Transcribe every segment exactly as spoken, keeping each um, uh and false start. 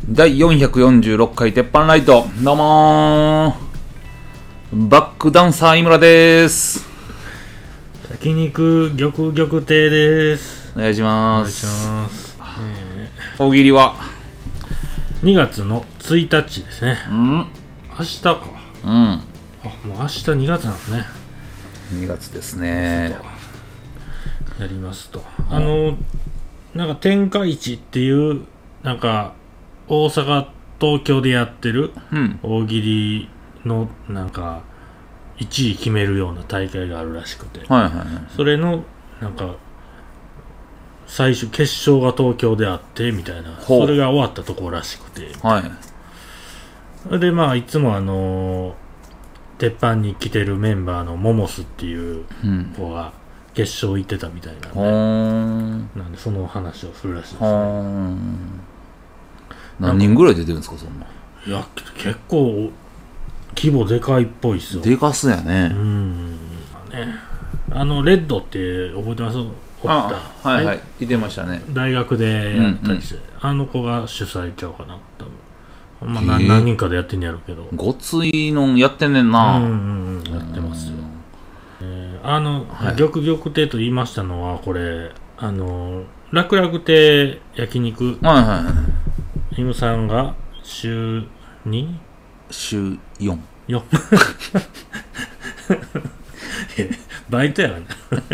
だいよんひゃくよんじゅうろっかい鉄板ライト、どうもーバックダンサー井村です。 焼肉玉玉亭です。 お願いします。 お願いします、えー、大喜利はにがつのついたちですね。 うん明日か。 うんあ、もう明日にがつなんですね。 にがつですね。 やりますと、あのなんか天下一っていうなんか大阪東京でやってる大喜利のなんかいちい決めるような大会があるらしくて、 はいはいはい、 それのなんか最終決勝が東京であってみたいな、それが終わったところらしくて、 はい、 でまあいつもあの鉄板に来てるメンバーのモモスっていう子が決勝行ってたみたいなんで、うん、なんでその話をするらしいですね。 何人ぐらい出てるんですかそんな。 いや結構規模でかいっぽいっすよ。 でかすやね。 うん、ね、あのレッドって覚えてます？おった。 あ、はいはい、いてましたね。 大学でやったりして、うんうん、あの子が主催ちゃうかな多分。まあ、何, 何人かでやってんやろうけど。 ごついのやってんねんな。 うんうんうん、やってますよ。えー、あの、はい、玉玉亭と言いましたのはこれあの楽々亭焼肉。 はいはいはい。 イムさんが週に？ 週よん。 よんバイトやがな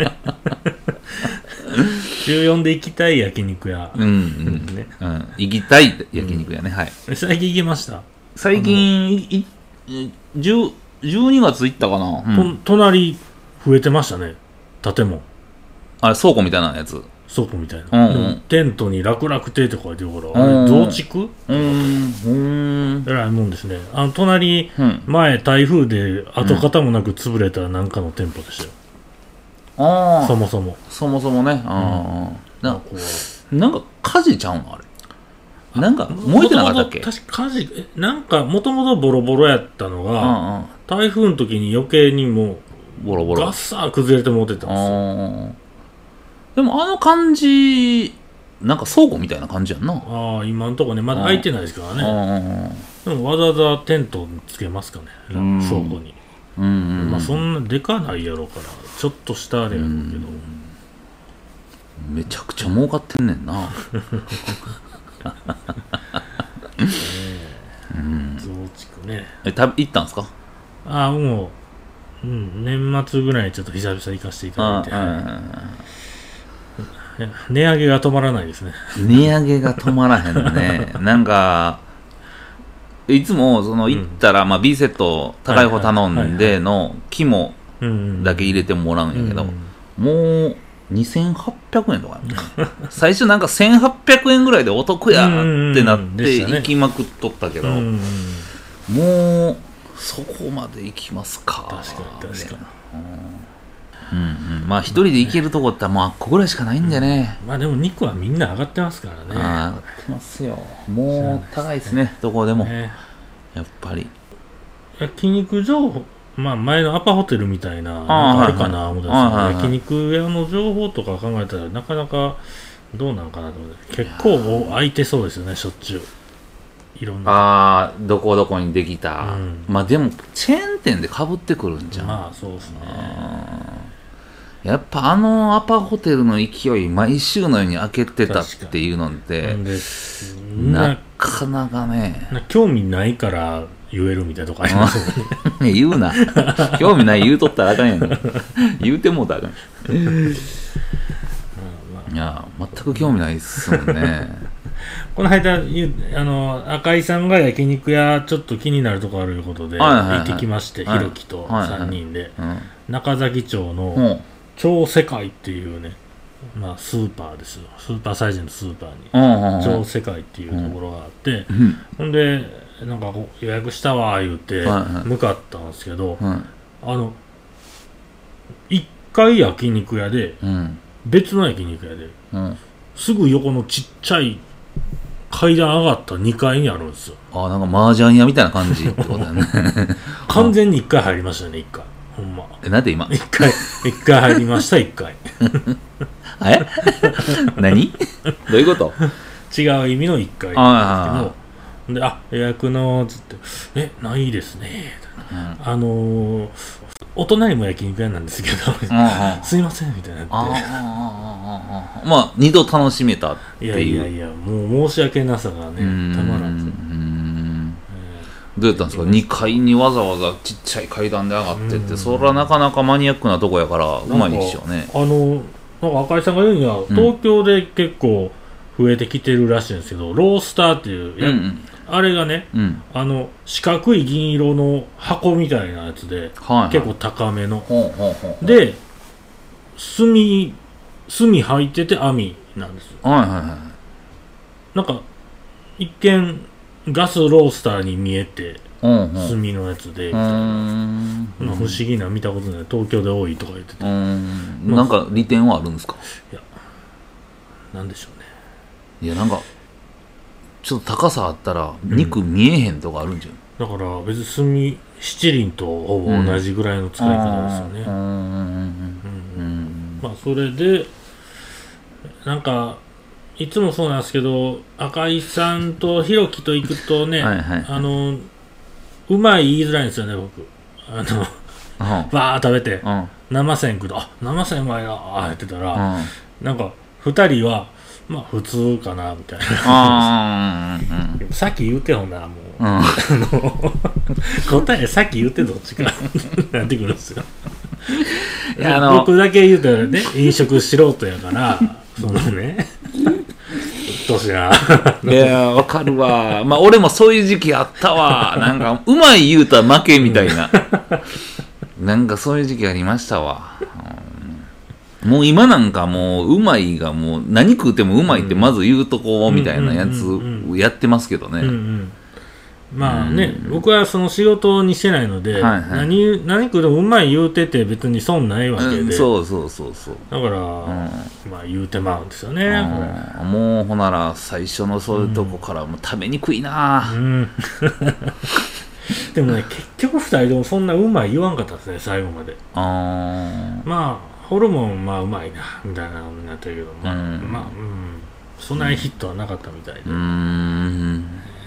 週よんで行きたい焼肉屋、 うんうんね、うん、行きたい焼肉屋ね、うん、はい。 最近行きました？ 最近いじゅうにがつ行ったかな、 うん、と隣増えてましたね。建物あれ倉庫みたいなやつ、 倉庫みたいな、 うんうん、 テントに楽々亭って書いてるから、あれ増築？ うん、 えらいもんですね。あの隣、うん、前台風で跡形もなく潰れたなんかの店舗でしたよ、 あ、 そもそもそもそもね、あ、うん、な, なんか火事ちゃうんあれ、なんか燃えてなかったっけ？ 確か火事、なんかもともとボロボロやったのが、うんうん、台風の時に余計にもうボロボロガッサー崩れて持ってたんですよ。 でもあの感じなんか倉庫みたいな感じやんな。 ああ、今のところねまだ開いてないですからね。でもわざわざテントにつけますかね、倉庫に。うんうんうん、まあそんなでかないやろからちょっとしたあれやろうけど、 うん、めちゃくちゃ儲かってんねんなえーうん、増築ね。 え、た行ったんすか？ ああ、もう、うん、年末ぐらいにちょっと久々行かせていただいて、値上げが止まらないですね。 値上げが止まらへんねなんかいつもその行ったら、うん、まあ B セット高い方頼んでの肝だけ入れてもらうんやけど、もうにせんはっぴゃくえんとか最初なんかせんはっぴゃくえんぐらいでお得やってなって行きまくっとったけど、もうそこまで行きますか。 確かに確かに、 うんうん、まあ一人で行けるとこってもうあっこぐらいしかないんでね、 うん、まあでも肉はみんな上がってますからね。 上がってますよ。もう高いですね、どこでも、ね、やっぱり焼肉情報、まあ前のアパホテルみたいななんかあるかな思ったんですけど、焼肉屋の情報とか考えたらなかなかどうなのかなと思って、結構空いてそうですよね、しょっちゅう。いろんな、 ああ、どこどこにできた、うん、まあでもチェーン店でかぶってくるんじゃん。 まあそうですね。 やっぱあのアパホテルの勢い毎週のように開けてたっていうのってなかなかね、 な興味ないから言えるみたいなとこありますよね言うな興味ない言うとったらあかんやん言うてもうたらあかんいや全く興味ないっすもんねこの間あの赤井さんが焼肉屋ちょっと気になるとこあるいうことで、はいはいはい、行ってきまして、ひろきとさんにんで、はいはいはい、中崎町の、うん超世界っていうね、まあ、スーパーですよ。スーパーサイズのスーパーに超世界っていうところがあって、うん、ほんでなんかこう予約したわ言うて向かったんですけど、はいはい、あのいっかい焼肉屋で、うん、別の焼肉屋で、うん、すぐ横のちっちゃい階段上がったにかいにあるんですよ。 ああ、なんか麻雀屋みたいな感じってことだね完全にいっかい入りましたね。いっかいほんま。 え、なんで今いっかいいっかい入りました。いっかいえ何どういうこと？ 違う意味のいっかいなんですけど、 で、あ、予約のつって、え、ないですね、うん、あのー、お隣も焼肉屋なんですけど、すいませんみたいなって、ああまあ二度楽しめたっていう。 いやいやいや、もう申し訳なさがね、たまらんぞ。 どうやったんですか、にかいにわざわざちっちゃい階段で上がってって、それはなかなかマニアックなとこやからうまいですよね。 あのなんか赤井さんが言うには、東京で結構増えてきてるらしいんですけど、ロースターっていう、うんうん、あれがね、うん、あの四角い銀色の箱みたいなやつで、はいはい、結構高めの、ほうほうほうで炭炭入ってて網なんですよ、はいはいはい、なんか一見ガスロースターに見えて、うんうん、炭のやつで、うん、不思議な、見たことない、東京で多いとか言ってて、うん、 まあ、なんか利点はあるんですか？ いや、なんでしょうね。 いや、なんかちょっと高さあったら肉見えへんとかあるんじゃん、 うん、だから別に炭七輪とほぼ同じぐらいの使い方ですよね。まあそれでなんかいつもそうなんですけど、赤井さんとひろきと行くとね、はいはい、あのうまい言いづらいんですよね、僕。あの、うん、バー食べて、うん、生鮮食うと、あ、生鮮うまいなーって言ってたら、うん、なんかふたりはまあ普通かなみたいな。あ、うんうん、さっき言うてほんならもう、うん、あの答えさっき言うてどっちかなってくるんですよ。いや、あの僕だけ言うたらね、飲食素人やからそのねどうしやいやわかるわ。まあ俺もそういう時期あったわ。なんかうまい言うたら負けみたいななんかそういう時期ありましたわ。もう今なんかもううまいがもう何食うてもうまいってまず言うとこみたいなやつやってますけどね。 まあね、うん、僕はその仕事にしてないので、はいはい、何, 何食うてもうまい言うてて別に損ないわけで、うん、 そうそうそうそう、 だから、うん、まあ言うてまうんですよね、 うん、もうほなら最初のそういうとこからもう食べにくいな、うん、 でもね結局ふたりともそんなうまい言わんかったですね、最後まで。あ、まあホルモンまあうまいなみたいなのになったけど、まあ、うん、まあ、うん、そんなにヒットはなかったみたいで、うーん、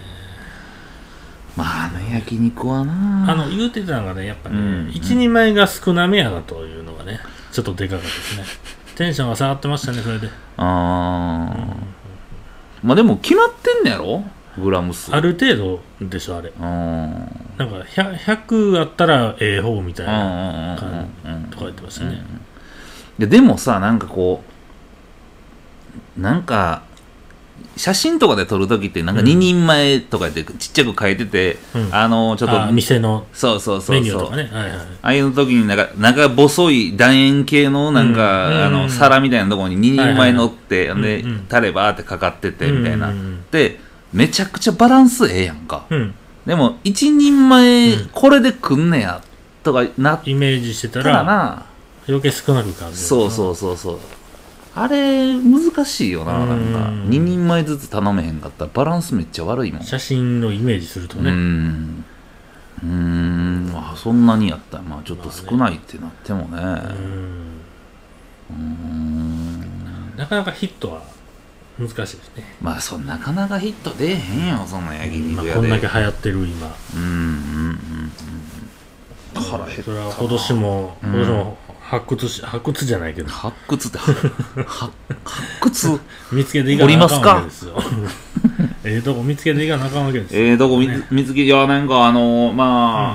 まあね、焼肉はなあの言うてたのがね、やっぱね、うん、一人前が少なめやなというのがねちょっとでかかったですね。テンションが下がってましたね、それで。ああ、 うん、まあでも決まってんねやろ、グラム数ある程度でしょ、あれ。あ、なんか ひゃく, あったらええ方みたいな感じとか言ってましたね。うんうんうん、 で, でもさ、なんかこうなんか写真とかで撮るときってなんかににんまえとかでちっちゃく書いてて、うん、あのちょっと店のそうそうそうそうメニューとかね、はいはい、ああいう時になんか長細い楕円形のなんか、うん、あの皿みたいなところにににんまえ乗って、はいはいはい、で、うん、タレバーってかかっててみたいな、うん、でめちゃくちゃバランスええやんか、うん、でも一人前これで食んねやとかなイメージしてたらな、余計少なく感じる。 そうそうそうそう、あれ難しいよな。なんかににんまえずつ頼めへんかったらバランスめっちゃ悪いもん。 写真のイメージするとね。うーん、 うーん、あ、そんなにやったらまあちょっと少ないってなってもね、まあ、ね、 うーん、なかなかヒットは難しいですね。 まあそなかなかヒット出えへんよ、そんな焼肉屋で、 まあ、こんだけ流行ってる今。うんうんうんうん、 腹減った。 それは今年も今年も発掘し発掘じゃないけど発掘って発掘見つけていかなあかんわけですよ。ええとこ見つけていかなあかんわけですよ。 ええとこ 見,、ね、見つけ、いやなんかあのー、ま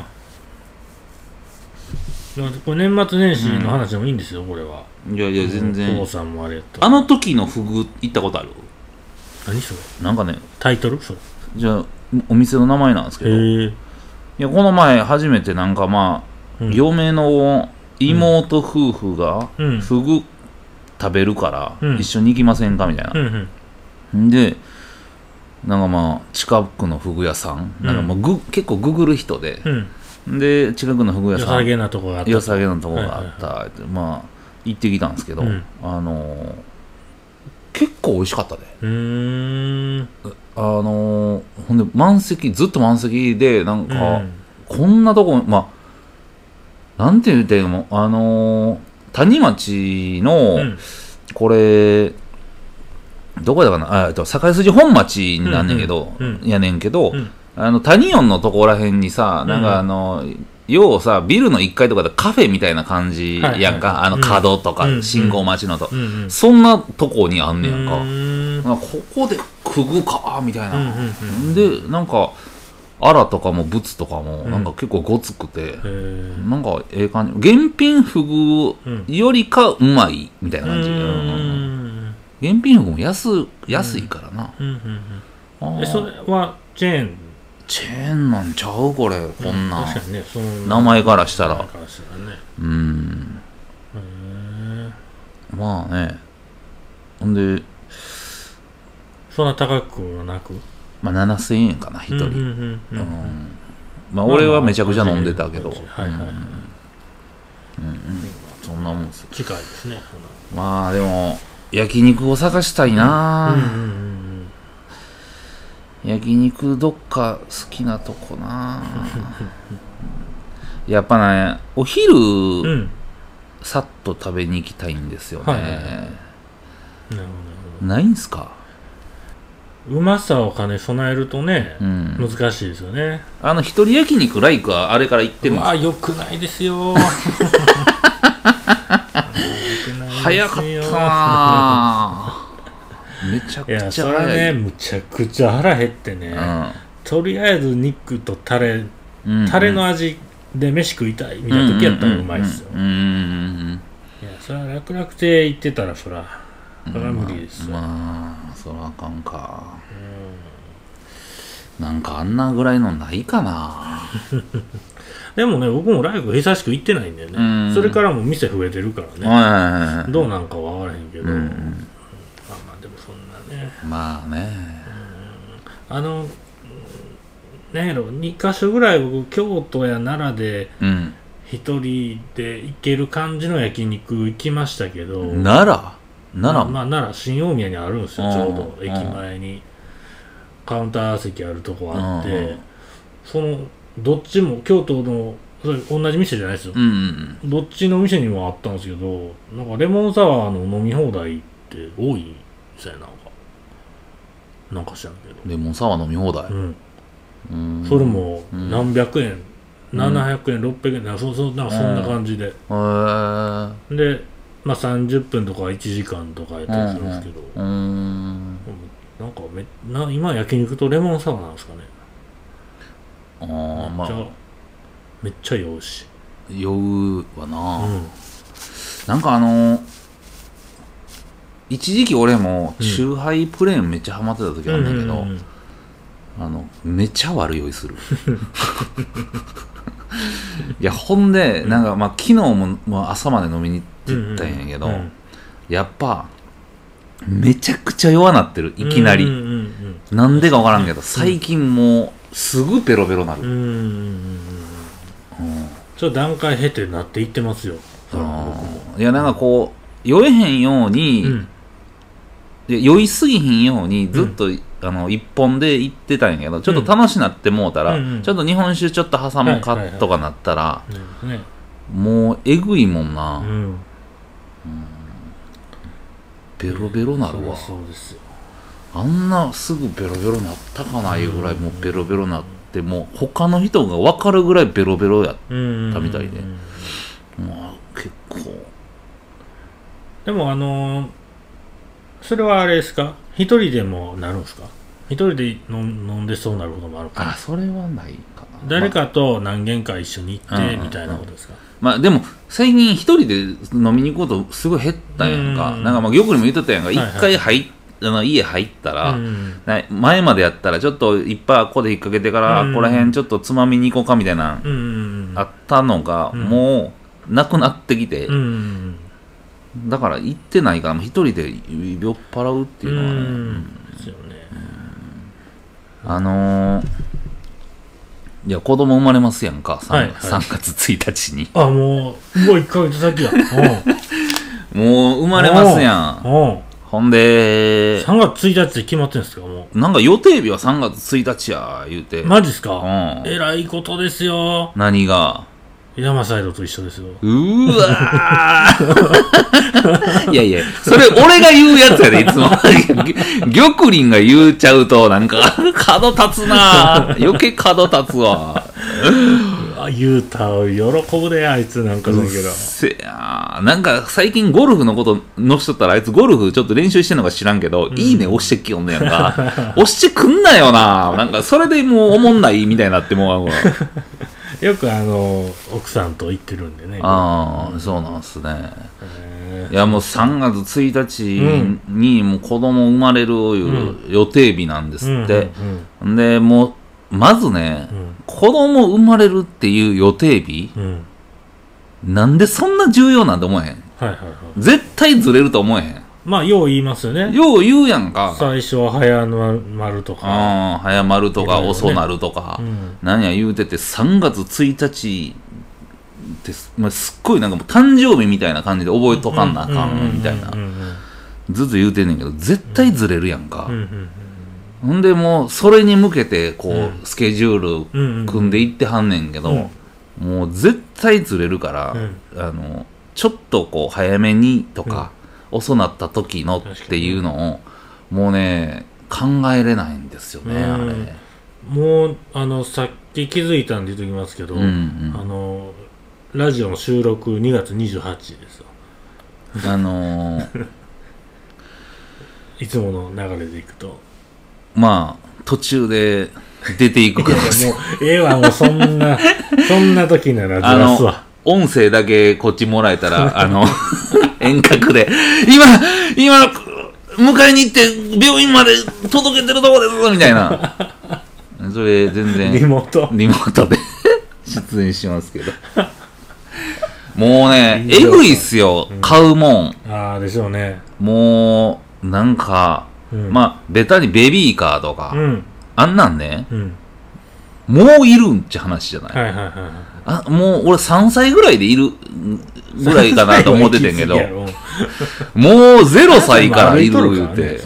あ、うん、これ年末年始の話でもいいんですよ、うん、これは。 いやいや全然。 父さんもあれやった。 あの時のフグ行ったことある？ 何それ？ なんかね、 タイトルそれ。 じゃあお店の名前なんですけど、いやこの前初めてなんかまあ、うん、嫁の妹夫婦がフグ食べるから一緒に行きませんかみたいな、うんうん、でなんかまあ近くのフグ屋さん、うん、なんかもうぐ結構ググる人で、うん、で近くのフグ屋さん良さげなとこがあった良さげなとこがあった、はいはい、まあ行ってきたんですけど、うん、あのー、結構美味しかったで、うーん、あのー、ほんで満席ずっと満席でなんか、うん、こんなとこまあなんて言うてもあのー、谷町の、うん、これどこだかな、あと堺筋本町になんねんけど、うんうん、やねんけど、うん、あの谷音のとこらへんにさ、なんかあの、うん要さ、ビルのいっかいとかでカフェみたいな感じやんか、はいはいはい、あの角とか、うん、信号待ちのと、うんうん、そんなとこにあんねやんか、うんなんかここでくぐかみたいな、うんうんうん、でなんかアラとかもブツとかもなんか結構ごつくて、うん、なんかええ感じ、原品フグよりかうまいみたいな感じ、うんうん、原品フグも 安, 安いからな、うんうんうん、えそれはチェーンチェーンなんちゃうこれ、こんな、 うん、確かにね、その名前からしたら、 名前からしたらね、 うん、へまあね、ほんで、 そんな高くはなく、 まあななせんえんかな、一人、うんうんうんうんうん、まあ俺はめちゃくちゃ飲んでたけど、はいはいはい、うんうん、そんなもんす近いですね。 まあでも焼肉を探したいな、うんうんうんうん、焼肉どっか好きなとこなやっぱねお昼、うん、さっと食べに行きたいんですよね、はいはいはい、なるほどないんすか。 うまさを兼ね備えるとね、うん、難しいですよね。 あの一人焼肉ライクはあれから行ってるんですか。 まあよくないですよ早かったなめちゃくちゃ早い。いやそれねむちゃくちゃ腹減ってね、うん、とりあえず肉とタレ、うんうん、タレの味で飯食いたいみたいな時やったらうまいですよ。いやそれは楽々亭行ってたらそらそれは無理ですよ。 まあ、まあ、そらあかんか、うん、なんかあんなぐらいのないかなでもね僕もライブ久しく行ってないんだよね、うん、それからも店増えてるからね、はいはいはい、どうなんかは分からへんけど、うん、まあまあでもそんなねまあね、 うん、あのなんやろにか所ぐらい僕京都や奈良で一人で行ける感じの焼肉行きましたけど、 奈良奈良、 まあ、まあ、奈良新大宮にあるんですよ。ちょうど駅前にカウンター席あるとこあってそのどっちも京都のそれ同じ店じゃないですよ、うんうん、どっちの店にもあったんですけどなんかレモンサワーの飲み放題って多いみたいなのかなんか知らんけどレモンサワー飲み放題、うん、 うんそれも何百円、うん、ななひゃくえんろっぴゃくえんなんか そ, そ, なんかそんな感じで、うん、でまあ、さんじゅっぷんとかいちじかんとかやったりするんですけど、うんうん、なんかめな今焼肉とレモンサワーなんですかね。あめっちゃ、まあ、めっちゃ酔うし酔うわな、うん、なんかあの一時期俺もチューハイプレーンめっちゃハマってた時あるんだけど、うんうんうん、あのめっちゃ悪酔いするいやほんでなんかまあ昨日も、まあ、朝まで飲みに行ったんやけど、うんうんうん、やっぱめちゃくちゃ弱なってるいきなり、うんうんうんうん、なんでか分からんけど最近もうすぐベロベロなる、うんうんうんうん、 ちょっと段階経てなっていってますよ。 いやなんかこう酔えへんように、うん、酔いすぎひんようにずっと、うん、あの一本で行ってたんやけどちょっと楽しなってもうたら、うんうん、ちょっと日本酒ちょっと挟むかとかなったら、はいはいはい、もうえぐいもんな、うんうん、ベロベロなるわ。そうですよ。あんなすぐベロベロなったかないうぐらいもうベロベロなってもう他の人が分かるぐらいベロベロやったみたいで、まあ結構でもあのー、それはあれですか一人でもなるんですか一人で飲んでそうなることもあるかな。 あそれはないかな。 誰かと何軒か一緒に行ってみたいなことですか。 まあでも最近一人で飲みに行くことすごい減ったんやんか。んなんかまあ玉にも言ってたやんか。一、はいはい、回入っあの家入ったら前までやったらちょっといっぱいここで引っ掛けてからここら辺ちょっとつまみに行こうかみたいなあったのがもうなくなってきてだから行ってないから一人で酔っ払うっていうのはね、うんですよね、うん、あのー、いや子供生まれますやんか 3,、はいはい、さんがつついたちにあもうもういっかげつ先やもう生まれますやん。ほんでさんがつついたちで決まってんですか。もうなんか予定日はさんがつついたちや言うて。 マジっすか、うん、えらいことですよ。 何が。 山サイドと一緒ですよ。 うーわーいやいや、それ俺が言うやつやで、いつも。玉林が言うちゃうと、なんか、角立つなぁ。余計角立つわ。 言うた喜ぶで、あいつなんかそうけど。 せやなんか最近ゴルフのことのしとったら、あいつゴルフちょっと練習してんのか知らんけど、うん、いいね押してきよんねやんか。押してくんなよな。なんかそれでもうおもんないみたいになってもう。 よくあの奥さんと行ってるんでね。 ああ、そうなんすね。いやもうさんがつついたちにもう子供生まれるいう予定日なんですって。うんうんうん、でもうまずね、うん、子供生まれるっていう予定日、うん、なんでそんな重要なんて思えへん。はいはいはい、絶対ずれると思えへん。 まあよう言いますよね。 よう言うやんか。 最初は早まるとか、 ああ早まるとか、ね、遅なるとか、うん、何や言うててさんがつついたちってす、まあ、すっごいなんかもう誕生日みたいな感じで覚えとかんなあかんみたいなずっと言うてんねんけど、絶対ずれるやんか。うんうんうん、ほんでもうそれに向けてこう、うん、スケジュール組んでいってはんねんけど、うんうん、もう絶対ずれるから、うん、あのちょっとこう早めにとか、うん、遅なった時のっていうのをもうね考えれないんですよね、うん、あれ。 もうあのさっき気づいたんで言っときますけど、うんうん、あのラジオの収録にがつにじゅうはちにちですよ。 あのー、 いつもの流れでいくとまあ途中で出ていくからいやもうええわもうそんなそんな時ならずらすわ。 音声だけこっちもらえたらあの遠隔で今今迎えに行って病院まで届けてるとこですみたいなそれ全然リモートリモートで出演しますけどもうねえぐいっすよ、うん、買うもん。 ああでしょうね。 もうなんか、うん、まあベタにベビーカーとか、うん、あんなんね、うん、もういるんって話じゃない。はいはいはい、あもう俺さんさいぐらいでいるぐらいかなと思っててんけどもうゼロさいからいる言うて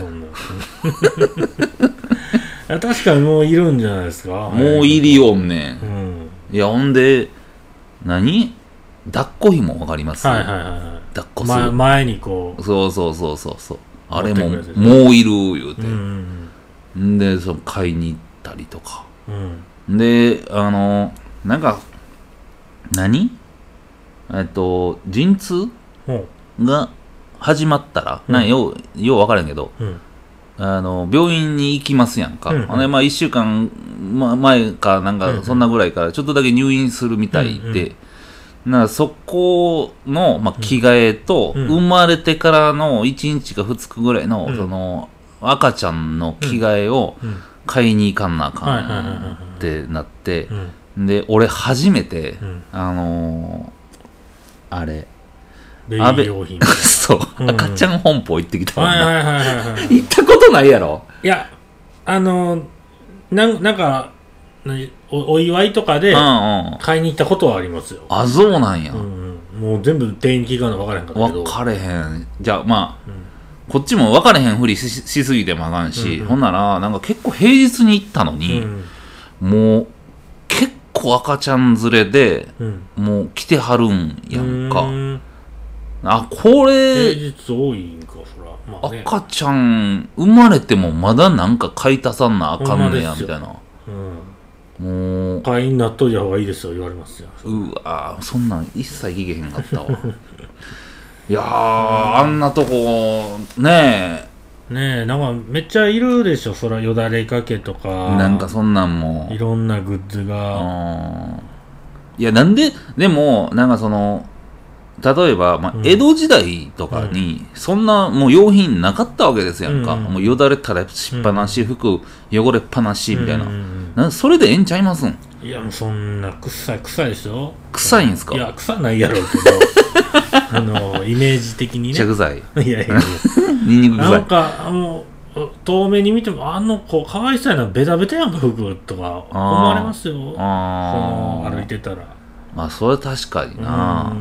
確かにもういるんじゃないですか。 もういりよんねん、うん、いやほんで何抱っこひもわかります、はいはいはい、抱っこする、 ま、前にこうそうそうそうそうそうあれももういる言うて、うんうん、でその買いに行ったりとか、うん、であのなんか何えっと陣痛が始まったら、うん、なんようよう分からんけど、うん、あの病院に行きますやんか、うんうん、でまあいっしゅうかん前かなんかそんなぐらいからちょっとだけ入院するみたいで、うんうんなそこの、まあ、着替えと、うん、生まれてからのいちにちかふつかぐらいの、うん、その赤ちゃんの着替えを買いに行かんなあかんってなって、うん、で俺初めて、うん、あのー、あれベビー用品みたいなそう、うんうん、赤ちゃん本舗行ってきたもんな。行ったことないやろ。 いやあのー、な, なんかお, お祝いとかで買いに行ったことはありますよ。 あ、そうなんや、 うんうん、もう全部店員聞かな分からへんかったけど分かれへん。じゃあまあ、うん、こっちも分かれへんふり し, しすぎてもあかんし、うんうん、ほんならなんか結構平日に行ったのに、うん、もう結構赤ちゃん連れで、うん、もう来てはるんやんか。んあこれ平日多いんかそら、 まあね、赤ちゃん生まれてもまだなんか買い足さんなあかんねやみたいな。 もう会員になっといた方がいいですよ言われますよ。 うわそんなん一切聞けへんかったわいやーあんなとこねえねえなんかめっちゃいるでしょそらよだれかけとかなんかそんなんもいろんなグッズがいやなんででもなんかその例えば、まあ、江戸時代とかにそんなもう用品なかったわけですやんか、うん、もうよだれ垂れしっぱなし、うん、服汚れっぱなしみたいな、うん、なんそれでええんちゃいますん。 いやもうそんな臭い臭いでしょ。 臭いんすか。 いや臭ないやろうけどあのイメージ的にねめっちゃ臭いいやいやいやニンニク臭いなんかもう遠目に見てもあの子かわいそうやなベタベタやんか服とか思われますよ。あ歩いてたらまあそれ確かにな。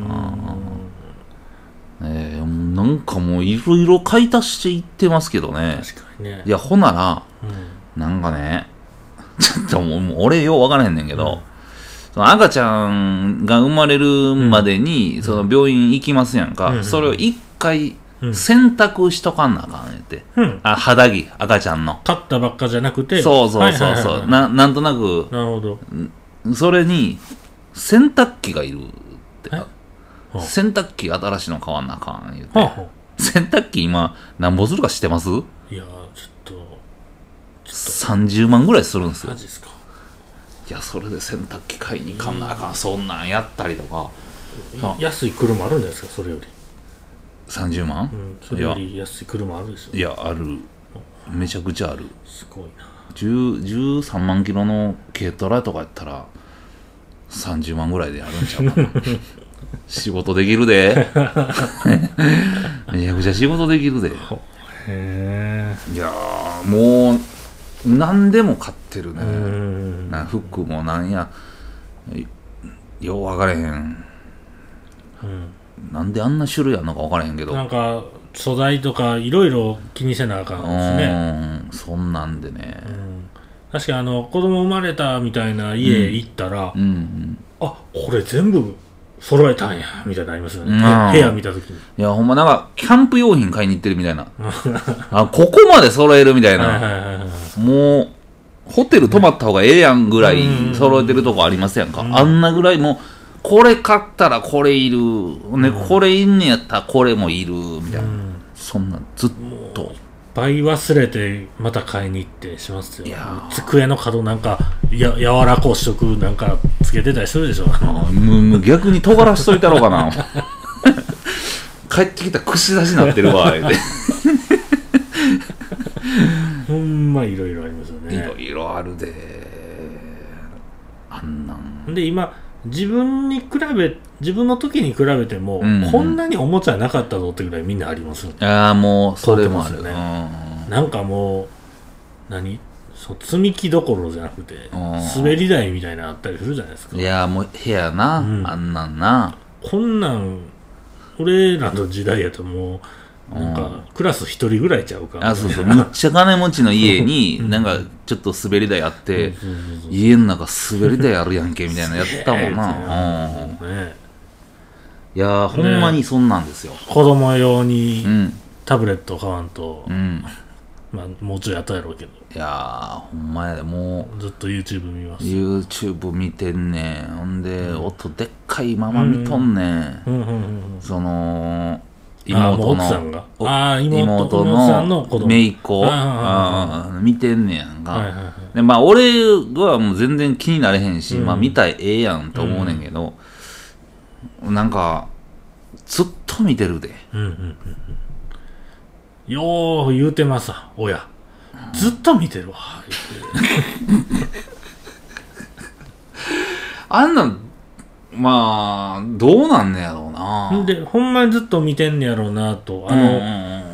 えー、なんかもういろいろ買い足していってますけどね。 確かにね。 いやほなら、うん、なんかねちょっともう俺よう分からへんねんけど、 その赤ちゃんが生まれるまでに、うん、その病院行きますやんか、うん、それを一回洗濯しとかんなあかんねんて、うん、あ肌着赤ちゃんの買ったばっかじゃなくてそうそうそうそう、な, なんとなくなるほどそれに洗濯機がいるって洗濯機新しいの買わんなあかん言うて、はあ、洗濯機今なんぼするか知ってます？いやちょっとさんじゅうまんぐらいするんですよ。 マジですか？ いやそれで洗濯機買いに行かんなあかん、そんなんやったりとか安い車あるんじゃないですかそれよりさんじゅうまん、 うん、それより安い車あるでしょ。 いやあるめちゃくちゃある。 すごいな。 じゅうさんまんキロの軽トラとかやったらさんじゅうまんぐらいでやるんちゃうかな仕事できるでめちゃくちゃ仕事できるで。へえ。 いやもう何でも買ってるね。な服もなんやよう分からへん、うん、なんであんな種類あんのか分からへんけどなんか素材とかいろいろ気にせなあかんですね。 うんそんなんでね、うん、 確かにあの子供生まれたみたいな家行ったら、うんうんうん、あこれ全部揃えたんやみたいなのありますよね、うん、部屋見た時に。 いやほんまなんかキャンプ用品買いに行ってるみたいなあここまで揃えるみたいな、はいはいはいはい、もうホテル泊まった方がええやんぐらい揃えてるとこありますやんか、うん、あんなぐらいもうこれ買ったらこれいる、ね、うん、これいんねやったらこれもいるみたいな、うん、そんなずっと倍忘れてまた買いに行ってしますよ。いや机の角なんかや柔らこうしとくなんかつけてたりするでしょ。 もう逆に尖らしといたろうかな帰ってきたら串刺しになってるわほんまいろいろありますよね。 いろいろあるであんなんで今自分に比べ自分の時に比べても、うんうん、こんなにおもちゃなかったぞってぐらいみんなありますよね。 ああもうそれもあるよね。なんかもう何そう積み木どころじゃなくて滑り台みたいなのあったりするじゃないですか。 いやもう部屋な、うん、あんなんなこんなん俺らの時代やともうなんかクラス一人ぐらいちゃうかあそうそうむっちゃ金持ちの家になんかちょっと滑り台あって家の中滑り台あるやんけみたいなやったもんな、うんね、いやほんまにそんなんですよ、ね、 子供用にタブレット買わんと、うん、まあもうちょいやったやろうけどいやほんまやでもうずっと YouTube 見ます YouTube 見てんねんほんで、うん、音でっかいまま見とんねん、うんうんうんうん、その妹のあ妹, 妹の姪っ子見てんねやんか、はいはいはい、でまあ俺はもう全然気になれへんし、うん、まあ見たらええやんと思うねんけど、うん、なんかずっと見てるで、うんうんうん、 よう言うてますわ親ずっと見てるわあんなんまあどうなんねやろうな。 でほんまにずっと見てんねやろうなとあの、うんうん、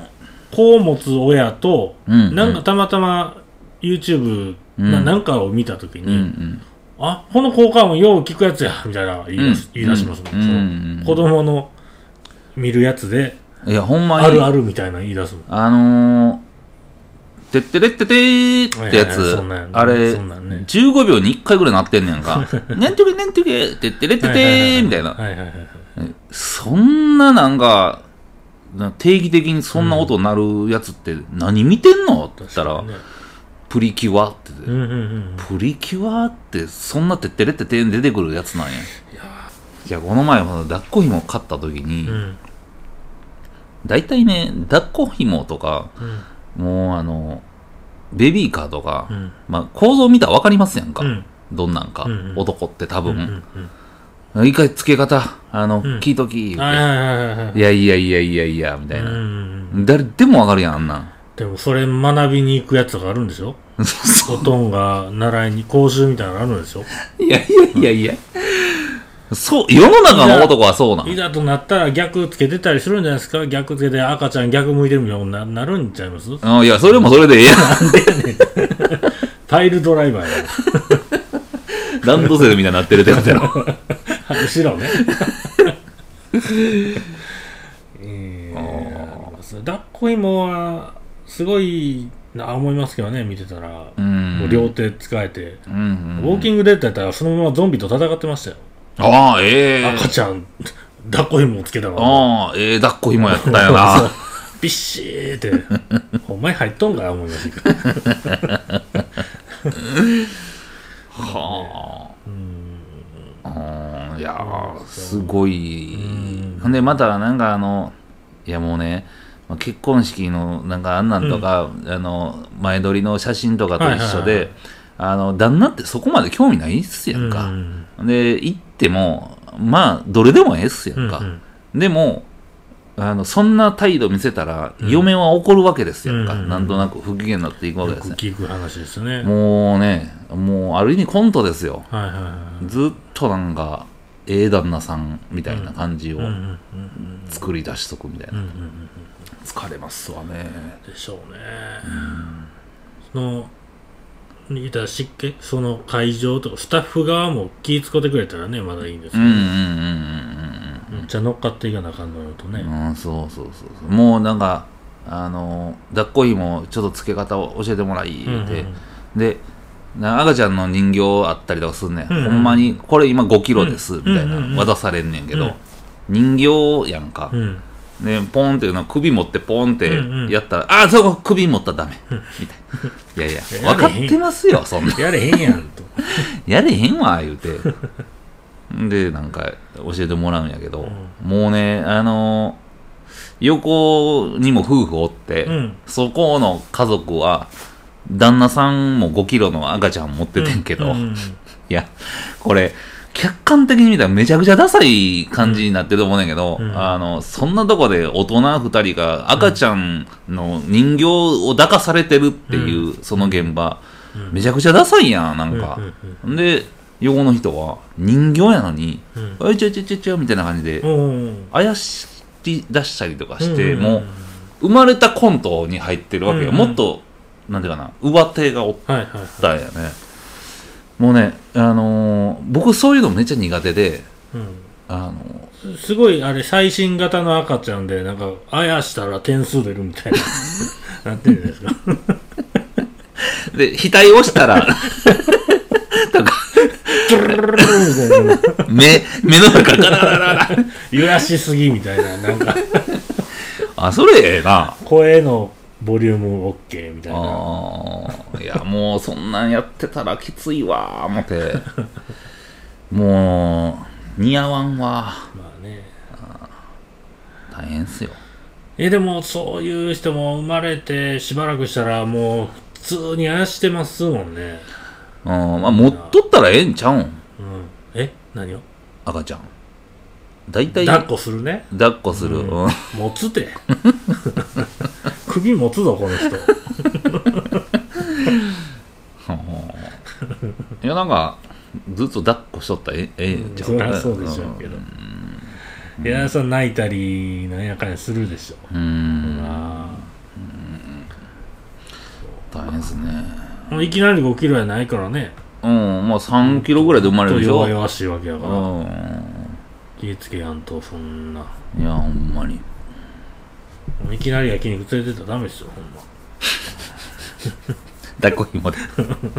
子を持つ親と、うんうん、なんかたまたま YouTube な、うん、なんかを見たときに、うんうん、あこの効果音よう聞くやつやみたいな言い出し、うん、言い出しますね、うんうん、子供の見るやつでいやほんまにあるあるみたいな言い出すのあのーてってれっててーってやつ、はいはいはい、あれ、ね、じゅうごびょうにいっかいぐらいなってんねんかねんとけねんとけてってれっててーみたいなそんななんか定義的にそんな音鳴るやつって何見てんの、うん、って言ったら、ね、プリキュアって、うんうんうん、プリキュアってそんなてってれっててー出てくるやつなんや。いや、いやこの前抱っこ紐買った時に、うん、だいたいね抱っこ紐とか、うんもうあのベビーカーとか、うんまあ、構造見たら分かりますやんか、うん、どんなんか、うんうん、男って多分、うんうんうん、一回付け方あの、うん、聞いとき言うて、いやいやいやいやいやみたいな、うんうんうん、誰でも分かるやんあんなん。 でもそれ学びに行くやつがあるんでしょおとんが習いに講習みたいなのあるんでしょいやいやいやいや、うん、そう世の中の男はそうなんいざとなったら逆つけてたりするんじゃないですか。逆つけて赤ちゃん逆向いてるみたいに な, なるんちゃいます。 あいやそれもそれでええやんなんでやねんパイルドライバーやランドセルみたいになってるってやつやろ後ろねえー、抱っこ紐はすごいな思いますけどね見てたら。うんもう両手使えて、うんうんうん、ウォーキングデッドやったらそのままゾンビと戦ってましたよ。 ああ、ええー、 赤ちゃん抱っこ紐をつけたから。 ああ、ええー、抱っこ紐やったよな。 ビッシーってほんまに入っとんか思いましたけど。 はあ、うん、いやーすごい。ほんでまたなんかあのいやもうね、結婚式のなんかあんなんとか、うん、あの前撮りの写真とかと一緒で、はいはいはい、あの旦那ってそこまで興味ないっすやんか、うんうん、で行ってもまあどれでもええっすやんか、うんうん、でもあのそんな態度見せたら、うん、嫁は怒るわけですやんか、うんうんうん、なんとなく不機嫌になっていくわけですね。 よく聞く話ですね。 もうね、もうある意味コントですよ、はいはいはい、ずっとなんかええ旦那さんみたいな感じを作り出しとくみたいな、うんうんうんうん、疲れますわね。 でしょうね、うん、その言ったら湿気その会場とかスタッフ側も気使ってくれたらねまだいいんですけど、うんうんうんうん、めっちゃ乗っかっていかなあかんのとね、 うん、そうそうそうそう、もうなんかあの抱っこ紐ちょっと付け方を教えてもらいって、うんうん、で赤ちゃんの人形あったりとかすんねん、うんうん、ほんまにこれ今ごキロですみたいな渡されんねんけど、うんうん、人形やんか、うん、でポンっていうの首持ってポンってやったら、うんうん、あそこ首持ったらダメみたいな、いやいや分かってますよそんなやれへんやんとやれへんわ言うてでなんか教えてもらうんやけど、うん、もうねあのー、横にも夫婦おって、うん、そこの家族は旦那さんもごキロの赤ちゃん持っててんけど、うんうんうん、いやこれ客観的に見たらめちゃくちゃダサい感じになってると思うねんけど、うん、あのそんなとこで大人ふたりが赤ちゃんの人形を抱かされてるっていう、うん、その現場、うん、めちゃくちゃダサいやんなんか、うんうんうん、で横の人は人形やのに「おいちょいちょいちょいちょい」みたいな感じで怪しり出したりとかして、うんうんうん、もう生まれたコントに入ってるわけよ、うんうん、もっとなんていうかな上手がおったんやね、はいはいはい、もうね、あのー、僕そういうのめっちゃ苦手で、うん、あのー、すごいあれ最新型の赤ちゃんでなんかあやしたら点数出るみたいななってるんですかで額をしたらとか目目の中ガラガラガラ揺らしすぎみたいななんかあそれええな声のボリューム OK みたいな。 あいやもうそんなんやってたらきついわ思ってもう似合わんわ。まあねあ大変っすよ。 えでもそういう人も生まれてしばらくしたらもう普通にあやしてますもんね。 うんまあ持っとったらええんちゃうん、うん、 え何を赤ちゃんだいたい抱っこするね抱っこする、うん、 持つて首持つぞこの人いやなんかずっと抱っこしとったらええんちゃうか、うん、そうでしょうけど、うん、いやその泣いたりなんやかんやするでしょう。うん、まあ、 うん、大変ですね。 いきなりごキロやないからね。 うんまあさんキロぐらいで生まれるでしょ。 弱々しいわけやから、うん、気ぃつけやんとそんな。 いやほんまにいきなり焼肉連れてったらダメですよほんま抱っこひもで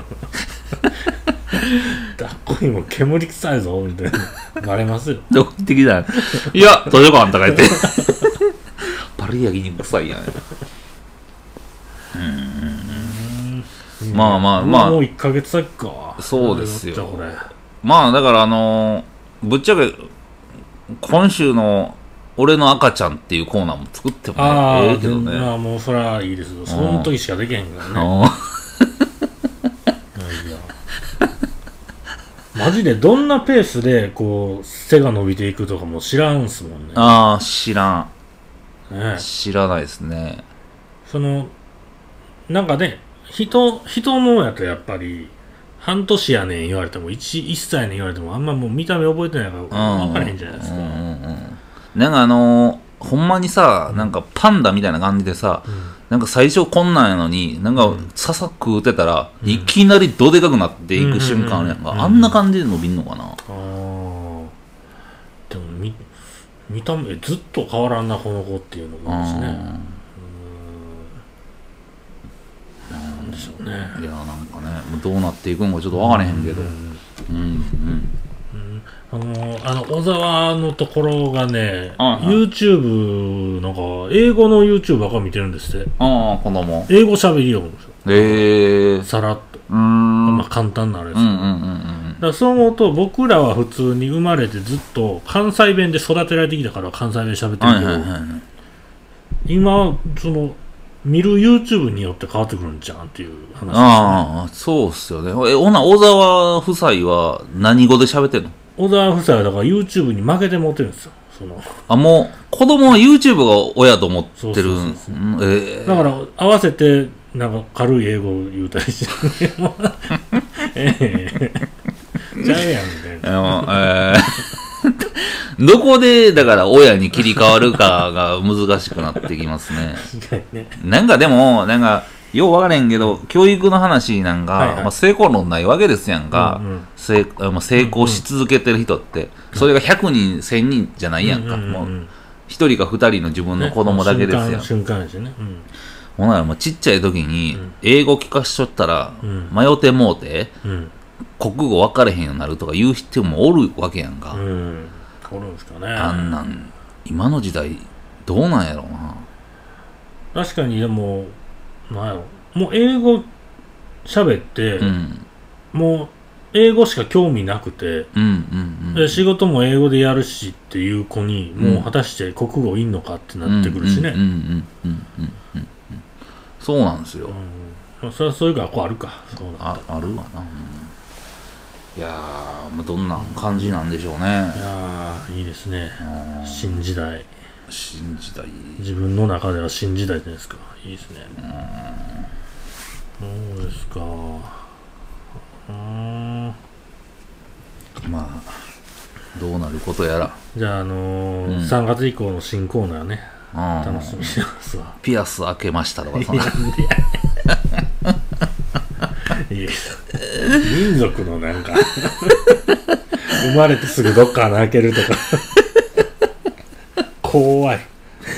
抱っこひも煙臭いぞみたいなバレますよ。 どこ行ってきたいや図書館とか言ってバリ焼肉臭いやねうんまあまあまあもういっかげつ先か。 そうですよ。まあだからあのー、ぶっちゃけ今週の俺の赤ちゃんっていうコーナーも作ってもええけどね。 ああもうそれはいいですよ。その時しかできへんからね。いやマジでどんなペースでこう背が伸びていくとかも知らんすもんね。 ああ知らん、ね、知らないですね。 そのなんかね人人のやとやっぱり半年やねん言われても 1, 1歳やねん言われてもあんまもう見た目覚えてないから分からへんじゃないですか。うんうんうんなんかあのー、ほんまにさ、なんかパンダみたいな感じでさ、うん、なんか最初こんなんやのになんかささ食うてたら、うん、いきなりどでかくなっていく瞬間やんか、うんうんうん、あんな感じで伸びんのかな。あでも 見, 見た目ずっと変わらんなこの子っていうのもあるしね。うんなんでしょうね。いやなんかねどうなっていくのかちょっと分からへんけど、うんうんうん、 あのあの小沢のところがね、はいはい、YouTube なんか英語の YouTube ばっか見てるんですって。 ああ子供英語喋りよるんですよ。 へえー、 さらっと。うーん、まあ簡単なあれですけど、うんうんうんうん、だからそう思うと僕らは普通に生まれてずっと関西弁で育てられてきたから関西弁喋ってるけど、はいはいはい、今その見る YouTube によって変わってくるんじゃんっていう話ですね。 ああそうっすよね。えほな小沢夫妻は何語で喋ってんの？ 小沢夫妻はだから YouTube に負けて持ってるんですよ。そのあもう子供は YouTube が親と思ってる。 だから合わせてなんか軽い英語を言うたりしてる。ええちゃうやんみたいな。 えー、どこでだから親に切り替わるかが難しくなってきますね。ねなんかでもなんかよう分からへんけど教育の話なんか、はいはい、まあ、成功論ないわけですやんか、うんうん、成, 成功し続けてる人って、うんうん、それがひゃくにんせんにんじゃないやんか、うんうんうん、もうひとりかふたりの自分の子供だけですやん、 ね、瞬間ですよね、うん、 ほならもうちっちゃい時に英語聞かしとったら、うん、迷ってもうて、うん、国語分かれへんようになるとか言う人もおるわけやんか、うん、 おるんですかね。 あんなん今の時代どうなんやろうな。 確かにでもなんやろもう英語喋って、うん、もう英語しか興味なくて、うんうんうん、で仕事も英語でやるしっていう子に、うん、もう果たして国語いんのかってなってくるしね。 そうなんですよ、 うん、それはそういう学校あるか。そうなんだあ, あるわな、うん、いやーどんな感じなんでしょうね。いやーいいですね。新時代新時代自分の中では新時代じゃないですか。いいですね。そうですか。うん、 まあどうなることやら。 じゃあ、あのーうん、さんがつ以降の新コーナーね、楽しみにしてますわ。 ピアス開けましたとかそんな民族のなんか生まれてすぐどっか穴開けるとか怖い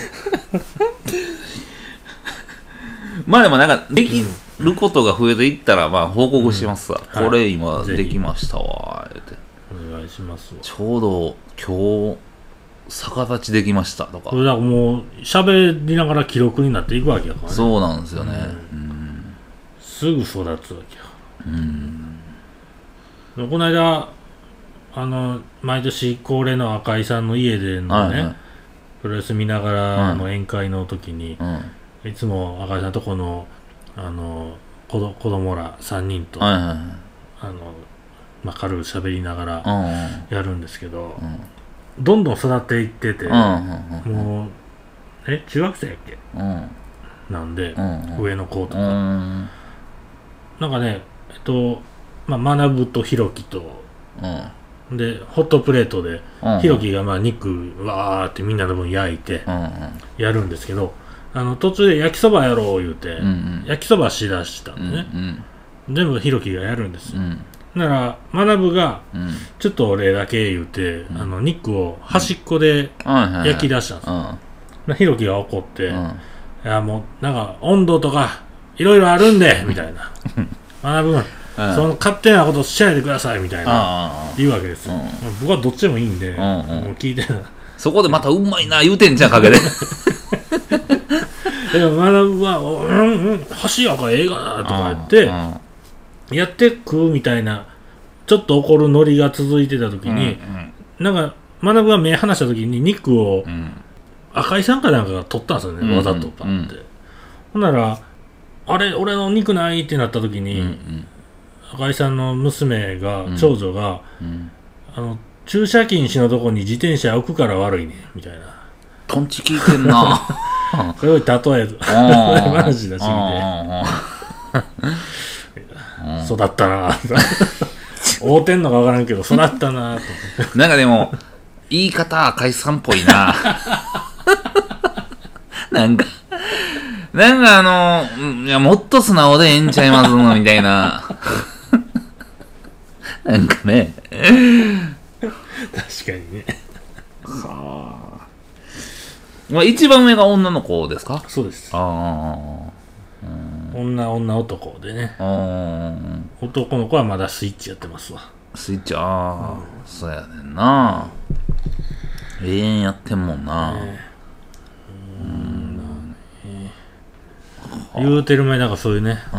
まあでもなんかできることが増えていったらまあ報告しますわ、うん、これ今できましたわって、 お願いしますわ。 ちょうど今日逆立ちできましたとか。 それだからもう喋りながら記録になっていくわけやからね。 そうなんですよね、うんうん、すぐ育つわけや、うん、この間あの毎年恒例の赤井さんの家でのね、はいはい、プロレス見ながらの宴会の時に、うん、いつも赤井さんのとこのあの子ど子供らさんにんと、はいはいはい、あのまあ、軽く喋りながらやるんですけど、うんうん、どんどん育っていってて、うんうんうん、もうえ中学生やっけ、うん、なんで、うんうん、上の子とか、うん、なんかねえっとまあ学とひろきと、うん、でホットプレートで、うんうん、ひろきがまあ肉わーってみんなの分焼いてやるんですけど、あの途中で焼きそばやろう言うて、うんうん、焼きそばしだしたんでね、うんうん、全部ひろきがやるんですよ、うん、だから学が、うん、ちょっと俺だけ言うて、うん、あの肉を端っこで焼き出したんですよ、うん、ひろきが怒って、うん、いやもうなんか温度とかいろいろあるんでみたいな学君その勝手なことしないでくださいみたいな言うわけですよ、うん、僕はどっちでもいいんで、うんうん、もう聞いてそこでまたうまいな言うてんじゃんかけででも学はうんうん箸やからええがなとか言って、うんうんやって食うみたいなちょっと怒るノリが続いてた時に、うんうん、なんか学が目離した時に肉を、うん、赤井さんかなんかが取ったんですよね、うんうん、わざとパッて、うん、ほんならあれ俺の肉ないってなった時に、うんうん、赤井さんの娘が、うん、長女が、うん、あの駐車禁止のとこに自転車置くから悪いねみたいなトンチ聞いてんなすごい例えず話出しすぎて育ったな合うてんのか分からんけど育ったなとなんかでも言い方赤井さんっぽいななんかなんかあのいやもっと素直でええんちゃいますのみたいななんかね確かにねはあ、まあ、一番上が女の子ですか？ そうです。 ああ、うん女女男でね。男の子はまだスイッチやってますわ。 スイッチ、ああ、うん、そうやねんな。永遠やってんもんな。ね、 うん、ね、言うてる前なんかそういうね、うん、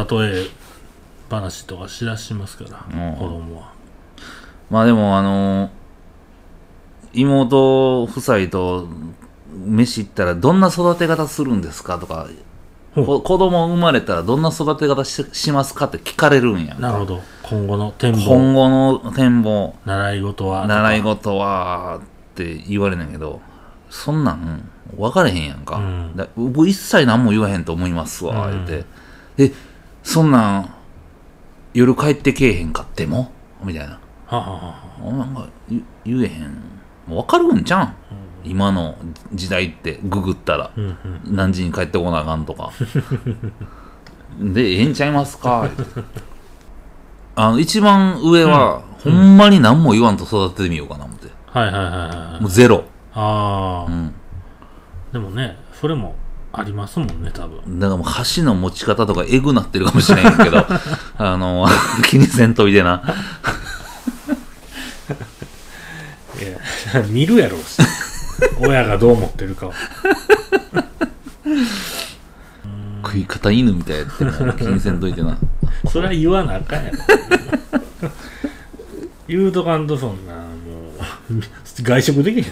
例え話とかしだしますから、うん、子供は。 まあでもあの妹夫妻と飯行ったらどんな育て方するんですかとか、子供生まれたらどんな育て方 し, しますかって聞かれるんや。 なるほど。今後の展望。 今後の展望。 習い事は習い事はって言われんねんけど、そんなん分かれへんやんか。うん、だ僕一切何も言わへんと思いますわ、うん、言って。え、そんなん夜帰ってけえへんかってもみたいな。はははなんか言えへん。分かるんちゃうん今の時代ってググったら、うんうん、何時に帰ってこなあかんとかでええんちゃいますかあの一番上は、うん、ほんまに何も言わんと育ててみようかな思って、 はいはいはいはい、 もうゼロ。 ああ、うん、でもねそれもありますもんね多分。 だからもう箸の持ち方とかエグなってるかもしれんけどあの気にせんといてな。 いや見るやろ親がどう思ってるかは食い方犬みたいやっても気にせんといてな。 それは言わなあかんやろ言うとかんとそんなもう外食できへん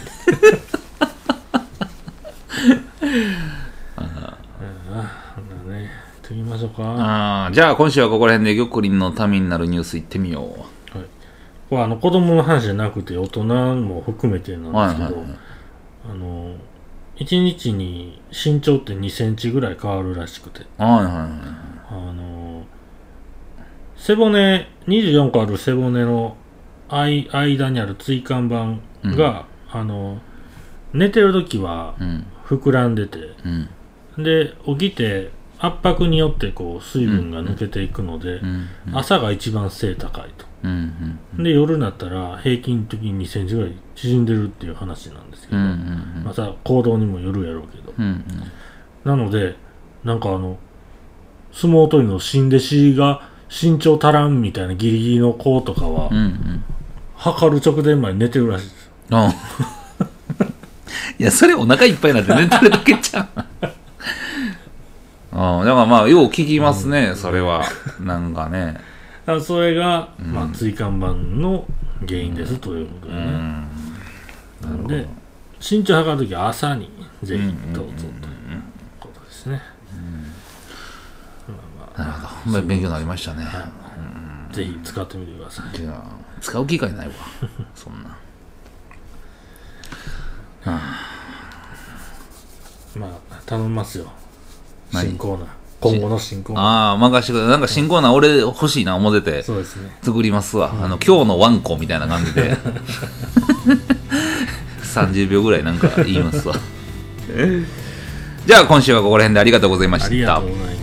ああねと言いましょうか。 あじゃあ今週はここら辺で玉林のためになるニュースいってみよう。 はい、これあの子供の話じゃなくて大人も含めてなんですけど、はいはいはい、あのいちにちに身長ってにセンチぐらい変わるらしくて、はいはいはい、あの背骨にじゅうよんこある背骨の間にある椎間板が、うん、あの寝てる時は膨らんでて、うん、で起きて圧迫によってこう水分が抜けていくので、うんうん、朝が一番背高いと、うんうんうん、で夜になったら平均的ににセンチぐらい縮んでるっていう話なんですけど、うんうんうん、また行動にもよるやろうけど、うんうん、なのでなんかあの相撲取りの新弟子が身長足らんみたいなギリギリの子とかは、うんうん、測る直前まで寝てるらしいです。 いやそれお腹いっぱいになって寝てるだけちゃうあだからまあよう聞きますね、うん、それはなんかねそれが、うんまあ、椎間板の原因ですということでね、うん、なので身長測るときは朝にぜひどうぞということですね、 うんまあまあ、なるほど勉強になりましたね、はいうん、ぜひ使ってみてください。いや使う機会ないわそんな、はあ、 まあ頼みますよ新コーナー今後の新コーナー。 ああ任してください。なんか新コーナー俺欲しいな思っててそうですね作りますわ、うん、あの今日のワンコみたいな感じでさんじゅうびょうぐらいなんか言いますわじゃあ今週はここら辺でありがとうございました。 ありがとうございました。